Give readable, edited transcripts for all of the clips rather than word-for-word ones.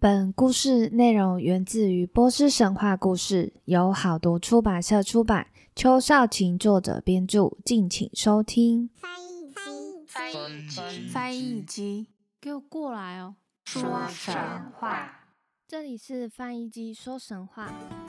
本故事内容源自于波斯神话故事，由好读出版社出版，邱少晴作者编著，敬请收听。 翻译机，给我过来哦！ 说神话， 这里是翻译机说神话。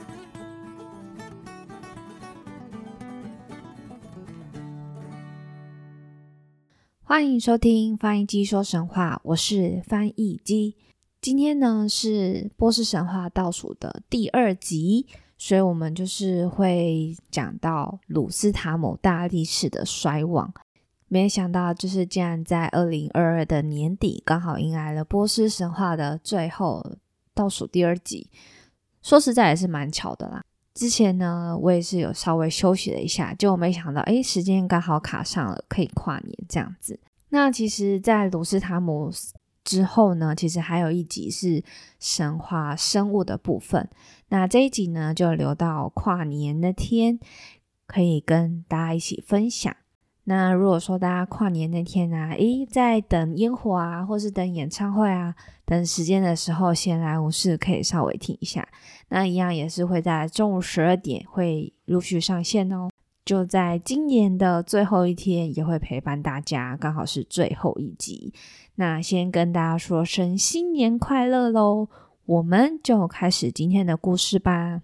欢迎收听翻译机说神话，我是翻译机。今天呢是波斯神话倒数的第2集，所以我们就是会讲到鲁斯塔姆大力士的衰亡。没想到就是竟然在2022的年底刚好迎来了波斯神话的最后倒数第2集，说实在也是蛮巧的啦。之前呢我也是有稍微休息了一下，结果没想到时间刚好卡上了，可以跨年这样子。那其实在鲁斯塔姆之后呢，其实还有一集是神话生物的部分，那这一集呢就留到跨年那天可以跟大家一起分享。那如果说大家跨年那天啊，在等烟火啊，或是等演唱会啊，等时间的时候闲来无事可以稍微听一下，那一样也是会在中午12点会陆续上线哦。就在今年的最后一天也会陪伴大家，刚好是最后一集。那先跟大家说声新年快乐咯，我们就开始今天的故事吧。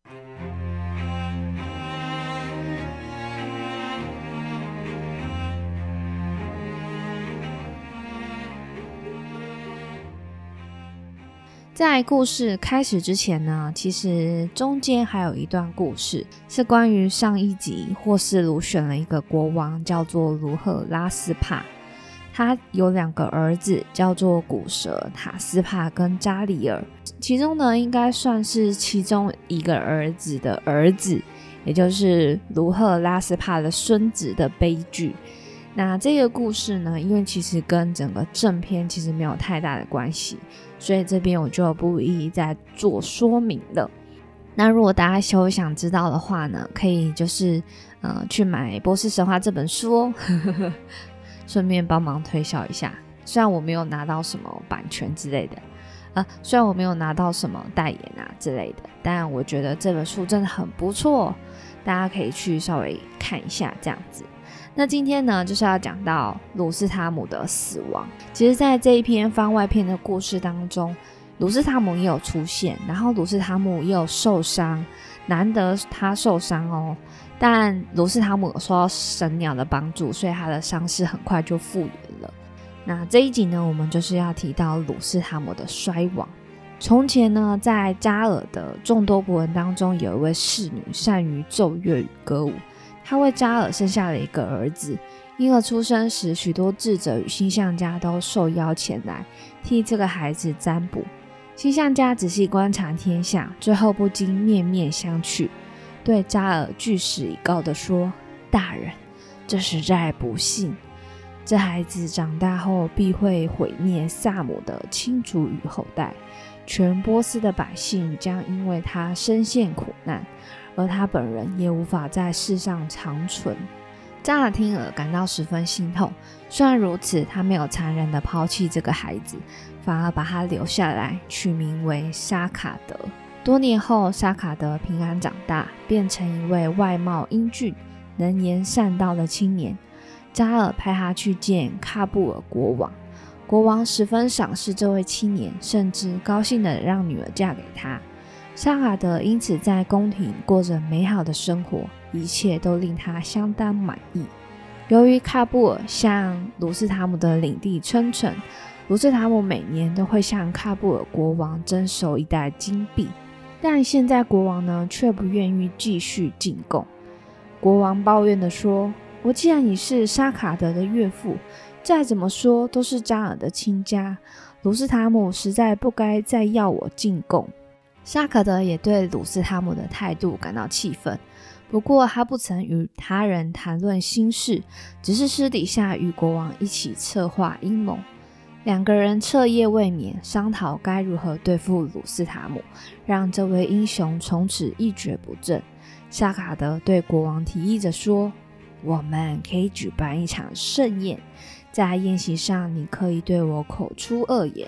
在故事开始之前呢，其实中间还有一段故事，是关于上一集霍斯鲁选了一个国王，叫做卢赫拉斯帕。他有2个儿子，叫做古蛇、塔斯帕跟扎里尔。其中呢，应该算是其中一个儿子的儿子，也就是卢赫拉斯帕的孙子的悲剧。那这个故事呢，因为其实跟整个正片其实没有太大的关系，所以这边我就不一一再做说明了。那如果大家有想知道的话呢，可以就是去买《波斯神话》这本书哦，顺便帮忙推销一下。虽然我没有拿到什么版权之类的，虽然我没有拿到什么代言啊之类的，但我觉得这本书真的很不错，大家可以去稍微看一下这样子。那今天呢，就是要讲到鲁斯塔姆的死亡。其实在这一篇番外篇的故事当中，鲁斯塔姆也有出现，然后鲁斯塔姆也有受伤，难得他受伤哦，但鲁斯塔姆有受到神鸟的帮助，所以他的伤势很快就复原了。那这一集呢，我们就是要提到鲁斯塔姆的衰亡。从前呢，在扎尔的众多国人当中，有一位侍女善于奏乐与歌舞，他为扎尔生下了一个儿子。婴儿出生时，许多智者与星象家都受邀前来替这个孩子占卜。星象家仔细观察天象，最后不禁面面相觑，对扎尔据实以告地说：大人，这实在不幸，这孩子长大后必会毁灭萨姆的亲族与后代，全波斯的百姓将因为他深陷苦难，而他本人也无法在世上长存。扎尔听了感到十分心痛，虽然如此，他没有残忍地抛弃这个孩子，反而把他留下来，取名为沙卡德。多年后，沙卡德平安长大，变成一位外貌英俊、能言善道的青年。扎尔派他去见喀布尔国王，国王十分赏识这位青年，甚至高兴地让女儿嫁给他。沙卡德因此在宫廷过着美好的生活，一切都令他相当满意。由于喀布尔向鲁斯塔姆的领地称臣，鲁斯塔姆每年都会向喀布尔国王征收一袋金币，但现在国王呢却不愿意继续进贡。国王抱怨地说：我既然已是沙卡德的岳父，再怎么说都是扎尔的亲家，鲁斯塔姆实在不该再要我进贡。沙卡德也对鲁斯塔姆的态度感到气愤，不过他不曾与他人谈论心事，只是私底下与国王一起策划阴谋。2个人彻夜未眠，商讨该如何对付鲁斯塔姆，让这位英雄从此一蹶不振。沙卡德对国王提议着说：我们可以举办一场盛宴，在宴席上你可以对我口出恶言，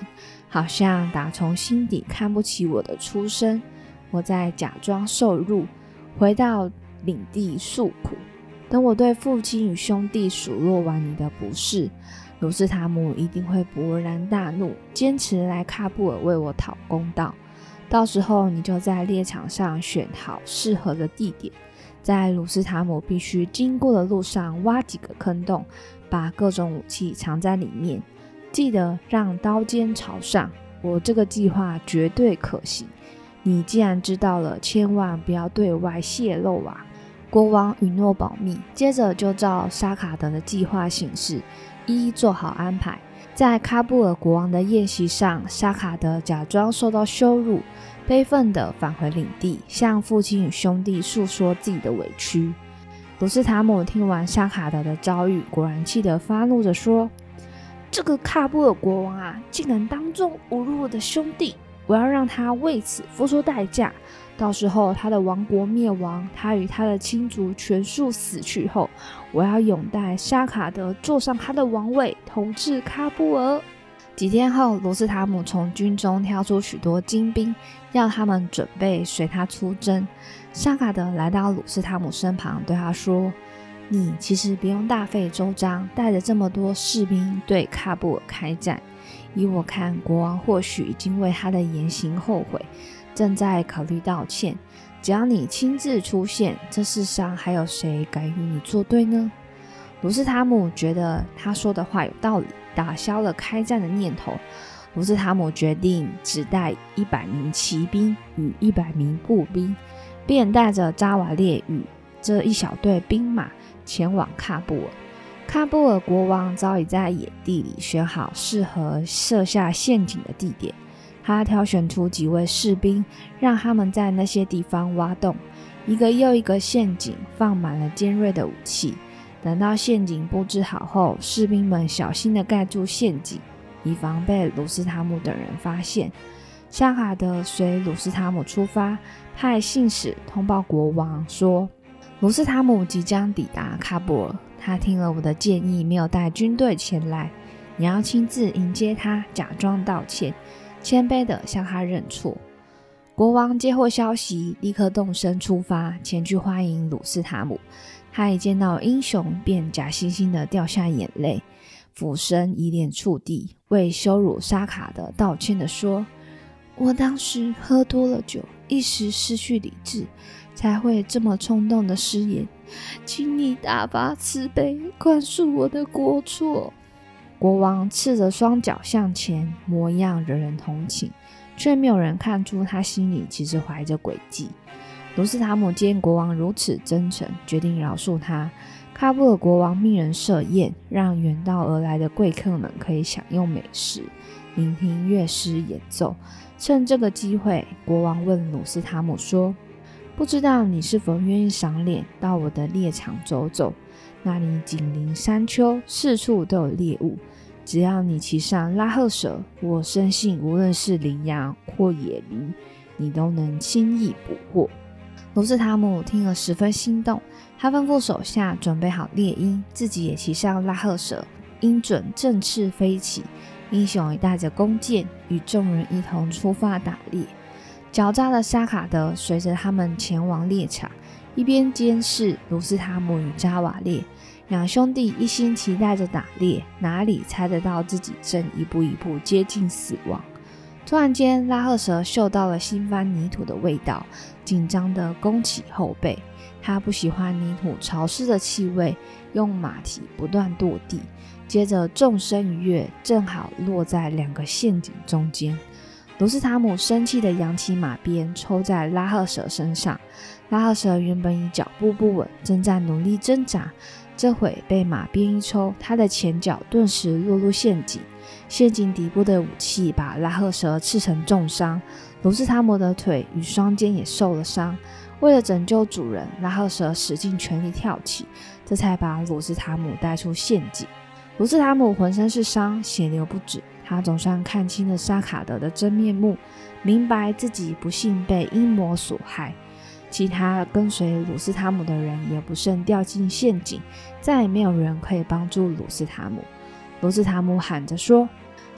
好像打从心底看不起我的出身，我在假装受辱，回到领地诉苦。等我对父亲与兄弟数落完你的不是，鲁斯塔姆一定会勃然大怒，坚持来喀布尔为我讨公道。到时候你就在猎场上选好适合的地点，在鲁斯塔姆必须经过的路上挖几个坑洞，把各种武器藏在里面，记得让刀尖朝上。我这个计划绝对可行，你既然知道了，千万不要对外泄露啊！国王允诺保密，接着就照沙卡德的计划行事，一一做好安排。在喀布尔国王的宴席上，沙卡德假装受到羞辱，悲愤地返回领地，向父亲与兄弟诉说自己的委屈。鲁斯塔姆听完沙卡德的遭遇，果然气得发怒着说：“这个喀布尔国王啊，竟然当众侮辱我的兄弟！我要让他为此付出代价。到时候他的王国灭亡，他与他的亲族全数死去后，我要拥戴沙卡德坐上他的王位，统治喀布尔。”几天后，鲁斯塔姆从军中挑出许多精兵，要他们准备随他出征。沙卡德来到鲁斯塔姆身旁，对他说：“你其实不用大费周章，带着这么多士兵对喀布尔开战。依我看，国王或许已经为他的言行后悔，正在考虑道歉。只要你亲自出现，这世上还有谁敢与你作对呢？”鲁斯塔姆觉得他说的话有道理，打消了开战的念头。鲁斯塔姆决定只带100名骑兵与100名步兵，便带着扎瓦列与这一小队兵马前往喀布尔。喀布尔国王早已在野地里选好适合设下陷阱的地点，他挑选出几位士兵，让他们在那些地方挖洞，一个又一个陷阱放满了尖锐的武器。等到陷阱布置好后，士兵们小心地盖住陷阱，以防被鲁斯塔姆等人发现。沙卡德随鲁斯塔姆出发，派信使通报国王说，鲁斯塔姆即将抵达喀布尔，他听了我的建议，没有带军队前来，你要亲自迎接他，假装道歉，谦卑地向他认错。国王接获消息，立刻动身出发，前去欢迎鲁斯塔姆。他一见到英雄，便假惺惺地掉下眼泪，俯身以脸触地，为羞辱沙卡德道歉地说：“我当时喝多了酒，一时失去理智，才会这么冲动的失言，请你大发慈悲，宽恕我的过错。”国王赤着双脚向前，模样惹人同情，却没有人看出他心里其实怀着诡计。鲁斯塔姆见国王如此真诚，决定饶恕他。喀布尔国王命人设宴，让远道而来的贵客们可以享用美食，聆听乐师演奏。趁这个机会，国王问鲁斯塔姆说：“不知道你是否愿意赏脸到我的猎场走走？那里紧邻山丘，四处都有猎物。只要你骑上拉赫蛇，我深信无论是羚羊或野驴，你都能轻易捕获。”鲁斯塔姆听了十分心动，他吩咐手下准备好猎鹰，自己也骑上拉赫蛇，鹰准振翅飞起。英雄也带着弓箭，与众人一同出发打猎。狡诈的沙卡德随着他们前往猎场，一边监视鲁斯塔姆与扎瓦列。两兄弟一心期待着打猎，哪里猜得到自己正一步一步接近死亡。突然间，拉赫蛇嗅到了新翻泥土的味道，紧张地弓起后背。他不喜欢泥土潮湿的气味，用马蹄不断跺地，接着纵身一跃，正好落在2个陷阱中间。鲁斯塔姆生气地扬起马鞭，抽在拉赫蛇身上。拉赫蛇原本已脚步不稳，正在努力挣扎，这会被马鞭一抽，他的前脚顿时落入陷阱。陷阱底部的武器把拉赫蛇刺成重伤，鲁斯塔姆的腿与双肩也受了伤。为了拯救主人，拉赫蛇使尽全力跳起，这才把鲁斯塔姆带出陷阱。鲁斯塔姆浑身是伤，血流不止。他总算看清了沙卡德的真面目，明白自己不幸被阴谋所害。其他跟随鲁斯塔姆的人也不慎掉进陷阱，再也没有人可以帮助鲁斯塔姆。鲁斯塔姆喊着说：“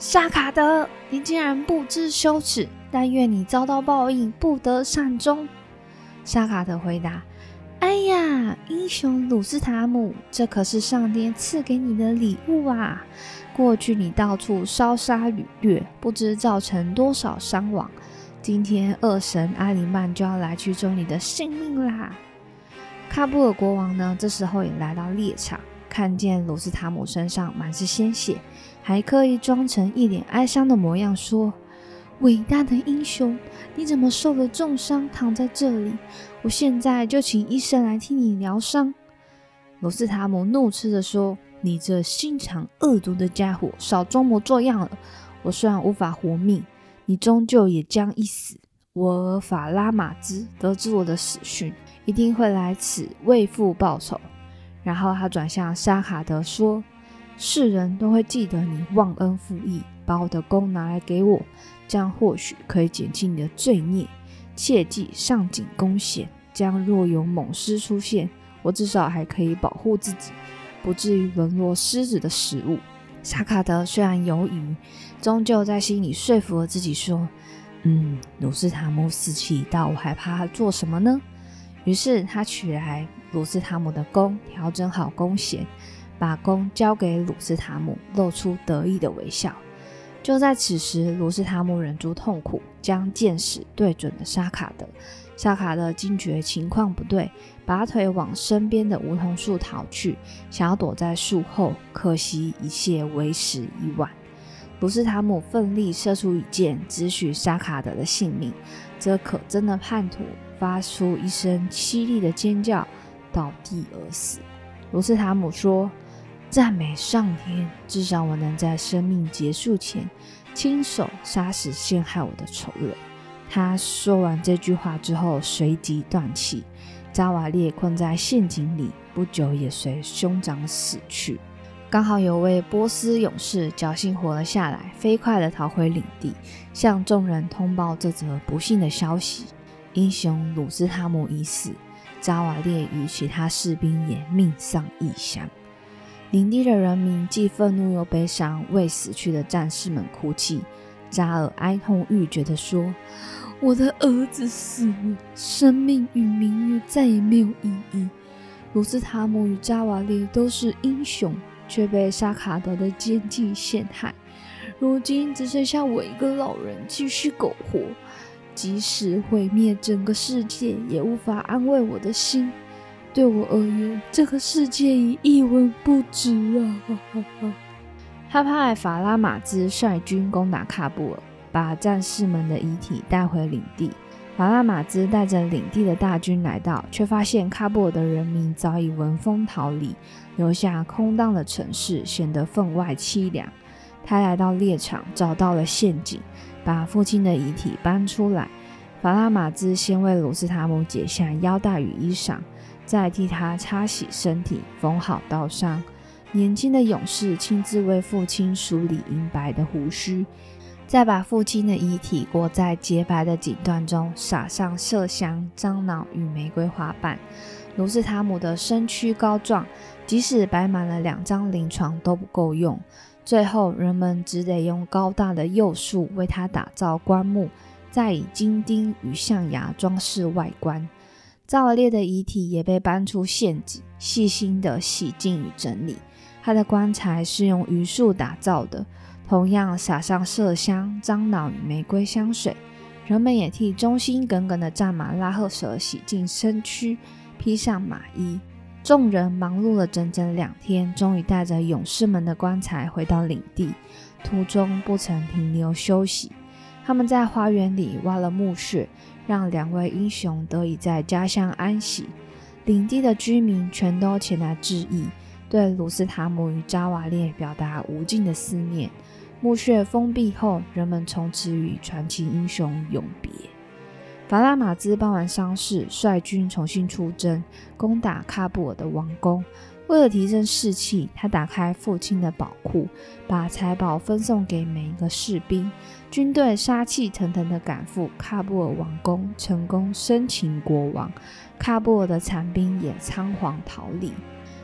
沙卡德，你竟然不知羞耻！但愿你遭到报应，不得善终。沙卡德回答：哎呀，英雄鲁斯塔姆，这可是上天赐给你的礼物啊！过去你到处烧杀掳掠，不知造成多少伤亡。今天恶神阿里曼就要来取走你的性命啦！喀布尔国王呢，这时候也来到猎场，看见鲁斯塔姆身上满是鲜血，还刻意装成一脸哀伤的模样，说：伟大的英雄，你怎么受了重伤躺在这里？我现在就请医生来替你疗伤。鲁斯塔姆怒斥地说：你这心肠恶毒的家伙，少装模作样了！我虽然无法活命，你终究也将一死。我儿法拉马兹得知我的死讯，一定会来此为父报仇。然后他转向沙卡德说：世人都会记得你忘恩负义，把我的弓拿来给我，这样或许可以减轻你的罪孽。切记上紧弓弦，这样若有猛狮出现，我至少还可以保护自己，不至于沦落狮子的食物。沙卡德虽然犹豫，终究在心里说服了自己说：鲁斯塔姆死期已到，我还怕他做什么呢？于是他取来鲁斯塔姆的弓，调整好弓弦，把弓交给鲁斯塔姆，露出得意的微笑。就在此时，鲁斯塔姆忍住痛苦，将箭矢对准了沙卡德。沙卡德惊觉情况不对，拔腿往身边的梧桐树逃去，想要躲在树后，可惜一切为时已晚。鲁斯塔姆奋力射出一箭，只许沙卡德的性命。这可憎的叛徒发出一声凄厉的尖叫，倒地而死。鲁斯塔姆说：赞美上天，至少我能在生命结束前亲手杀死陷害我的仇人。他说完这句话之后随即断气，扎瓦列困在陷阱里，不久也随兄长死去。刚好有位波斯勇士侥幸活了下来，飞快地逃回领地，向众人通报这则不幸的消息：英雄鲁斯塔姆已死，扎瓦列与其他士兵也命丧异乡。领地的人民既愤怒又悲伤，为死去的战士们哭泣。扎尔哀痛欲绝地说：我的儿子死了，生命与名誉再也没有意义。鲁斯塔姆与扎瓦列都是英雄，却被沙卡德的奸计陷害。如今只剩下我一个老人继续苟活，即使毁灭整个世界，也无法安慰我的心。对我而言，这个世界已一文不值啊！他派法拉马兹率军攻打喀布尔，把战士们的遗体带回领地。法拉马兹带着领地的大军来到，却发现喀布尔的人民早已闻风逃离，留下空荡的城市，显得分外凄凉。他来到猎场，找到了陷阱，把父亲的遗体搬出来。法拉马兹先为鲁斯塔姆解下腰带与衣裳，再替他擦洗身体，缝好刀伤。年轻的勇士亲自为父亲梳理银白的胡须，再把父亲的遗体裹在洁白的锦缎中，撒上麝香、樟脑与玫瑰花瓣。鲁斯塔姆的身躯高壮，即使摆满了2张灵床都不够用，最后人们只得用高大的柚树为他打造棺木，再以金钉与象牙装饰外观。扎瓦列的遗体也被搬出陷阱，细心的洗净与整理。他的棺材是用榆树打造的，同样撒上麝香、樟脑与玫瑰香水。人们也替忠心耿耿的战马拉赫舍洗净身躯，披上马衣。众人忙碌了整整2天，终于带着勇士们的棺材回到领地，途中不曾停留休息。他们在花园里挖了墓穴，让2位英雄得以在家乡安息。领地的居民全都前来致意，对鲁斯塔姆与扎瓦列表达无尽的思念。墓穴封闭后，人们从此与传奇英雄永别。法拉马兹办完丧事，率军重新出征，攻打喀布尔的王宫。为了提振士气，他打开父亲的宝库，把财宝分送给每一个士兵。军队杀气腾腾地赶赴喀布尔王宫，成功生擒国王。喀布尔的残兵也仓皇逃离。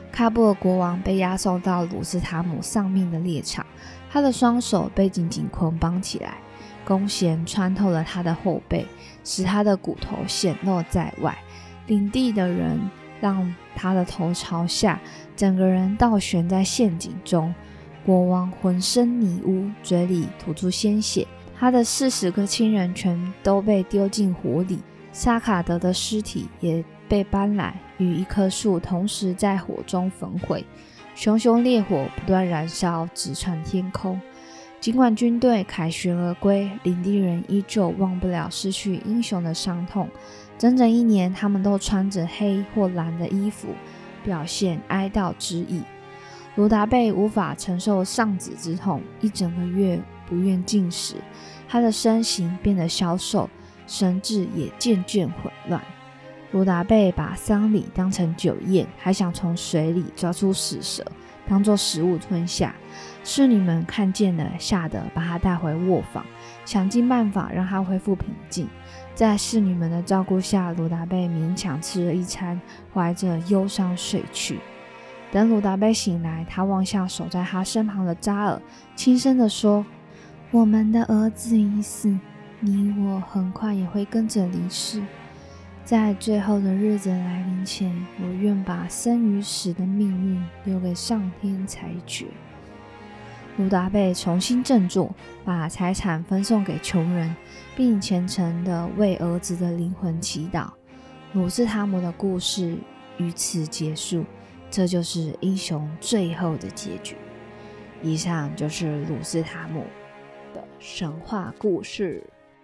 喀布尔国王被押送到鲁斯塔姆丧命的猎场，他的双手被紧紧捆绑起来，弓弦穿透了他的后背，使他的骨头显露在外。领地的人让他的头朝下，整个人倒悬在陷阱中。国王浑身泥污，嘴里吐出鲜血，他的40个亲人全都被丢进火里。沙卡德的尸体也被搬来，与一棵树同时在火中焚毁。熊熊烈火不断燃烧，直窜天空。尽管军队凯旋而归，领地人依旧忘不了失去英雄的伤痛。整整1年，他们都穿着黑或蓝的衣服，表现哀悼之意。卢达贝无法承受丧子之痛，一整个月不愿进食，他的身形变得消瘦，神志也渐渐混乱。卢达贝把丧礼当成酒宴，还想从水里抓出死蛇当作食物吞下。侍女们看见了，吓得把他带回卧房，想尽办法让他恢复平静。在侍女们的照顾下，卢达贝勉强吃了一餐，怀着忧伤睡去。等卢达贝醒来，他望向守在他身旁的扎尔，轻声地说：“我们的儿子已死，你我很快也会跟着离世。在最后的日子来临前，我愿把生与死的命运留给上天裁决。”卢达贝重新振作，把财产分送给穷人，并虔诚地为儿子的灵魂祈祷。鲁斯塔姆的故事于此结束，这就是英雄最后的结局。以上就是鲁斯塔姆的神话故事。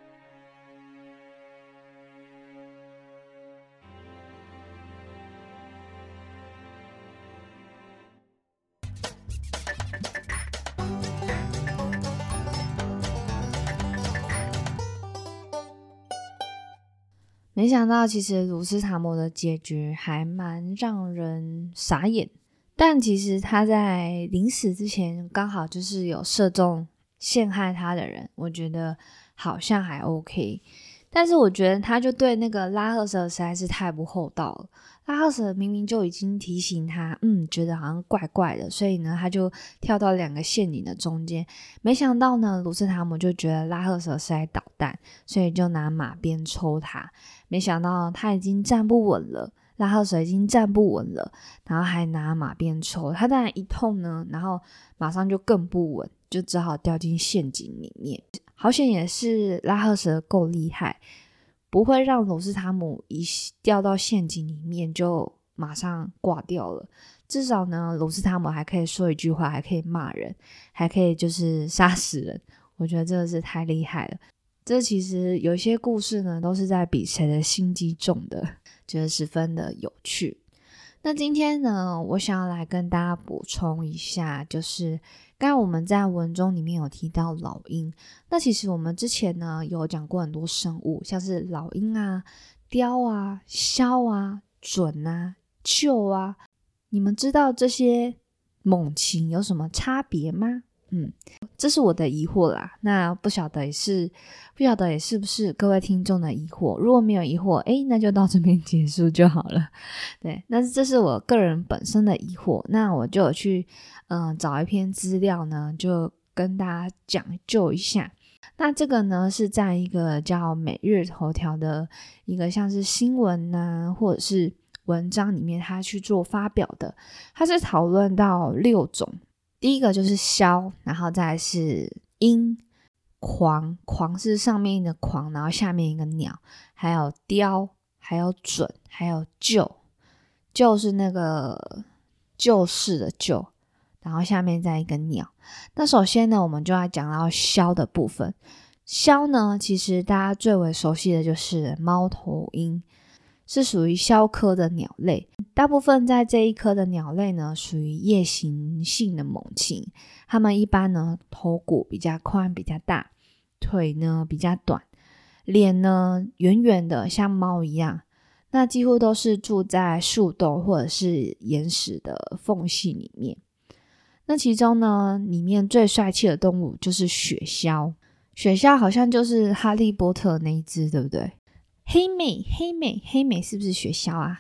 没想到其实鲁斯塔姆的结局还蛮让人傻眼，但其实他在临死之前刚好就是有射中陷害他的人，我觉得好像还 OK。 但是我觉得他就对那个拉赫舍实在是太不厚道了。拉赫舍明明就已经提醒他觉得好像怪怪的，所以呢他就跳到2个陷阱的中间。没想到呢鲁斯塔姆就觉得拉赫舍是在捣蛋，所以就拿马鞭抽他。没想到他已经站不稳了，拉赫舍已经站不稳了，然后还拿马鞭抽他。当然一痛呢，然后马上就更不稳，就只好掉进陷阱里面。好险也是拉赫舍够厉害，不会让鲁斯塔姆一掉到陷阱里面就马上挂掉了。至少呢鲁斯塔姆还可以说一句话，还可以骂人，还可以就是杀死人。我觉得真的是太厉害了。这其实有些故事呢都是在比谁的心机重的，觉得十分的有趣。那今天呢我想要来跟大家补充一下，就是刚才我们在文中里面有提到老鹰，那其实我们之前呢有讲过很多生物，像是老鹰啊、雕啊、枭啊、隼啊、鹫啊，你们知道这些猛禽有什么差别吗？这是我的疑惑啦，那不晓得也是不是各位听众的疑惑。如果没有疑惑，那就到这边结束就好了。对，那这是我个人本身的疑惑，那我就有去找一篇资料呢，就跟大家讲究一下。那这个呢是在一个叫每日头条的一个像是新闻啊或者是文章里面他去做发表的。他是讨论到6种，第一个就是枭，然后再来是鹰，狂是上面一个狂，然后下面一个鸟，还有雕，还有隼，还有鹫是那个救世的救，然后下面再一个鸟。那首先呢我们就要讲到枭的部分。枭呢其实大家最为熟悉的就是猫头鹰，是属于枭科的鸟类。大部分在这一科的鸟类呢属于夜行性的猛禽，它们一般呢头骨比较宽比较大，腿呢比较短，脸呢圆圆的像猫一样。那几乎都是住在树洞或者是岩石的缝隙里面。那其中呢里面最帅气的动物就是雪橇。雪橇好像就是哈利波特那一只，对不对？黑妹是不是雪橇啊？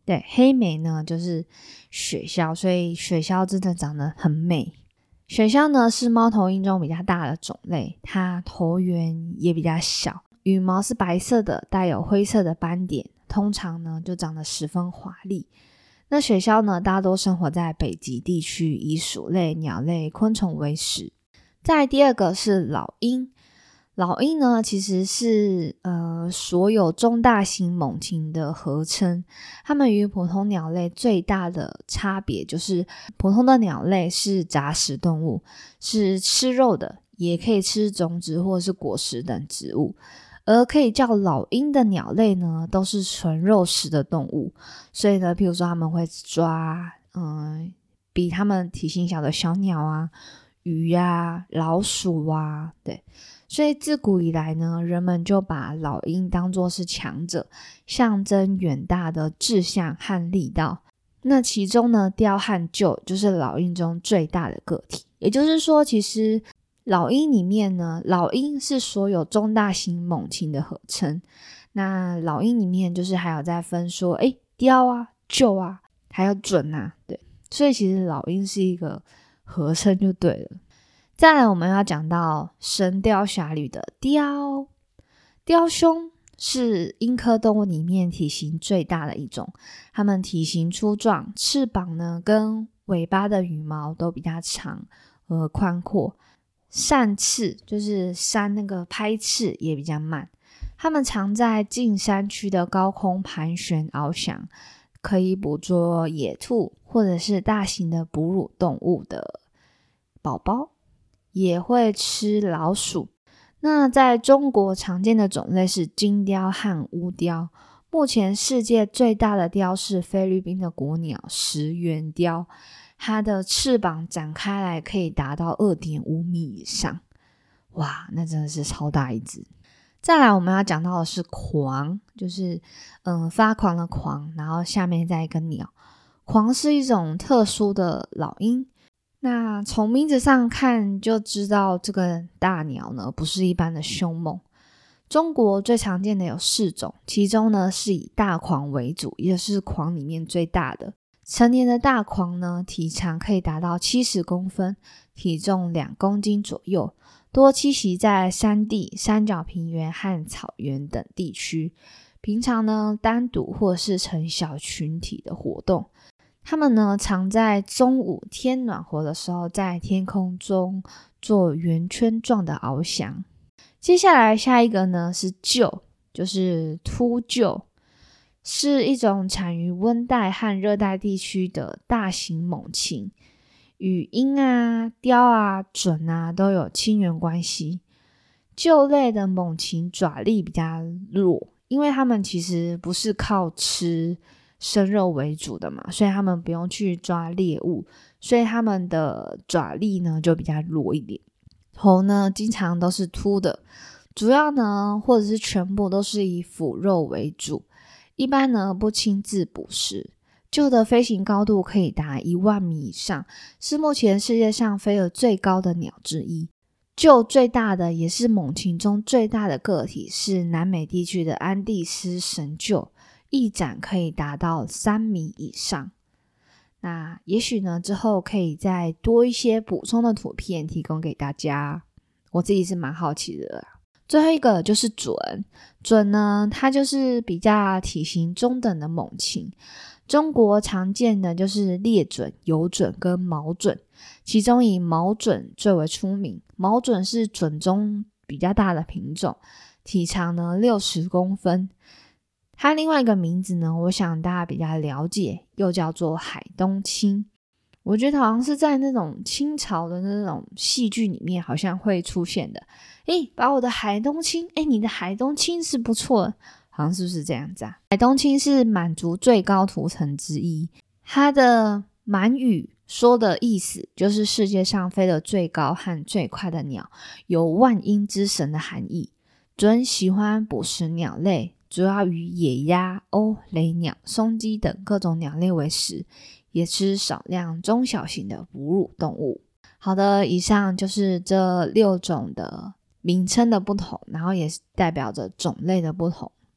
对，黑莓呢就是雪鸮，所以雪鸮真的长得很美。雪鸮呢是猫头鹰中比较大的种类，它头圆也比较小，羽毛是白色的，带有灰色的斑点，通常呢就长得十分华丽。那雪鸮呢大多生活在北极地区，以鼠类、鸟类、昆虫为食。再来第二个是老鹰。老鹰呢其实是所有中大型猛禽的合称，它们与普通鸟类最大的差别就是普通的鸟类是杂食动物，是吃肉的，也可以吃种子或是果实等植物，而可以叫老鹰的鸟类呢都是纯肉食的动物。所以呢譬如说他们会抓比他们体型小的小鸟啊、鱼啊、老鼠啊，对。所以自古以来呢，人们就把老鹰当作是强者，象征远大的志向和力道。那其中呢，雕和鹫就是老鹰中最大的个体。也就是说，其实老鹰里面呢，老鹰是所有中大型猛禽的合称。那老鹰里面就是还有在分说，雕啊、鹫啊，还有隼啊，对。所以其实老鹰是一个合称就对了。再来我们要讲到神雕侠侣的雕。雕兄是鹰科动物里面体型最大的一种，它们体型粗壮，翅膀呢跟尾巴的羽毛都比较长和宽阔，扇翅就是扇那个拍翅也比较慢。它们常在近山区的高空盘旋翱翔，可以捕捉野兔或者是大型的哺乳动物的宝宝，也会吃老鼠。那在中国常见的种类是金雕和乌雕。目前世界最大的雕是菲律宾的国鸟石原雕，它的翅膀展开来可以达到 2.5 米以上。哇，那真的是超大一只。再来我们要讲到的是狂，就是发狂的狂，然后下面再一个鸟。狂是一种特殊的老鹰，那从名字上看就知道这个大鸟呢不是一般的凶猛。中国最常见的有4种，其中呢是以大狂为主，也就是狂里面最大的。成年的大狂呢体长可以达到70公分，体重2公斤左右，多栖息在山地、三角平原和草原等地区。平常呢单独或是成小群体的活动。它们呢常在中午天暖和的时候在天空中做圆圈状的翱翔。接下来下一个呢是鹫，就是秃鹫，是一种产于温带和热带地区的大型猛禽，与鹰啊、雕啊、隼啊都有亲缘关系。鹫类的猛禽爪力比较弱，因为它们其实不是靠吃生肉为主的嘛，所以他们不用去抓猎物，所以他们的爪力呢就比较弱一点。头呢经常都是秃的，主要呢或者是全部都是以腐肉为主，一般呢不亲自捕食。鹫的飞行高度可以达1万米以上，是目前世界上飞得最高的鸟之一。鹫最大的也是猛禽中最大的个体是南美地区的安第斯神鹫，翼展可以达到3米以上。那也许呢之后可以再多一些补充的图片提供给大家，我自己是蛮好奇的啦。最后一个就是隼。隼呢它就是比较体型中等的猛禽，中国常见的就是猎隼、游隼跟毛隼，其中以毛隼最为出名。毛隼是隼中比较大的品种，体长呢60公分。它另外一个名字呢，我想大家比较了解，又叫做海东青。我觉得好像是在那种清朝的那种戏剧里面好像会出现的。把我的海东青，你的海东青是不错的，好像是不是这样子啊？海东青是满族最高图腾之一，它的满语说的意思就是世界上飞得最高和最快的鸟，有万鹰之神的含义。隼喜欢捕食鸟类，主要以野鸭、鸥、雷鸟、松鸡等各种鸟类为食，也吃少量中小型的哺乳动物。好的，以上就是这6种的名称的不同，然后也代表着种类的不同。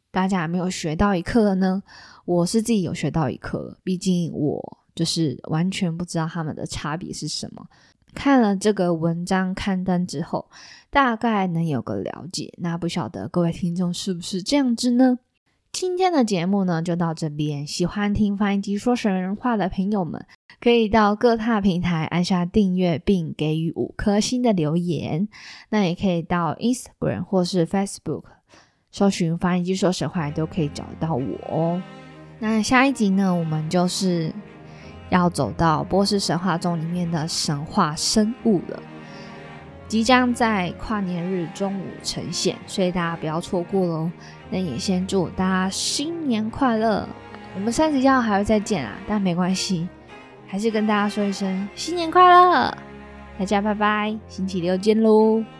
大家有没有学到一课呢？我是自己有学到一课，毕竟我就是完全不知道他们的差别是什么。看了这个文章刊登之后，大概能有个了解，那不晓得各位听众是不是这样子呢？今天的节目呢就到这边，喜欢听翻译机说神人话的朋友们，可以到各大平台按下订阅并给予5颗星的留言，那也可以到 Instagram 或是 Facebook 搜寻翻译机说神话，都可以找到我哦。那下一集呢，我们就是要走到波斯神话中里面的神话生物了，即将在跨年日中午呈现，所以大家不要错过咯。那也先祝大家新年快乐，我们30号还会再见啊，但没关系，还是跟大家说一声新年快乐，大家拜拜，星期六见咯。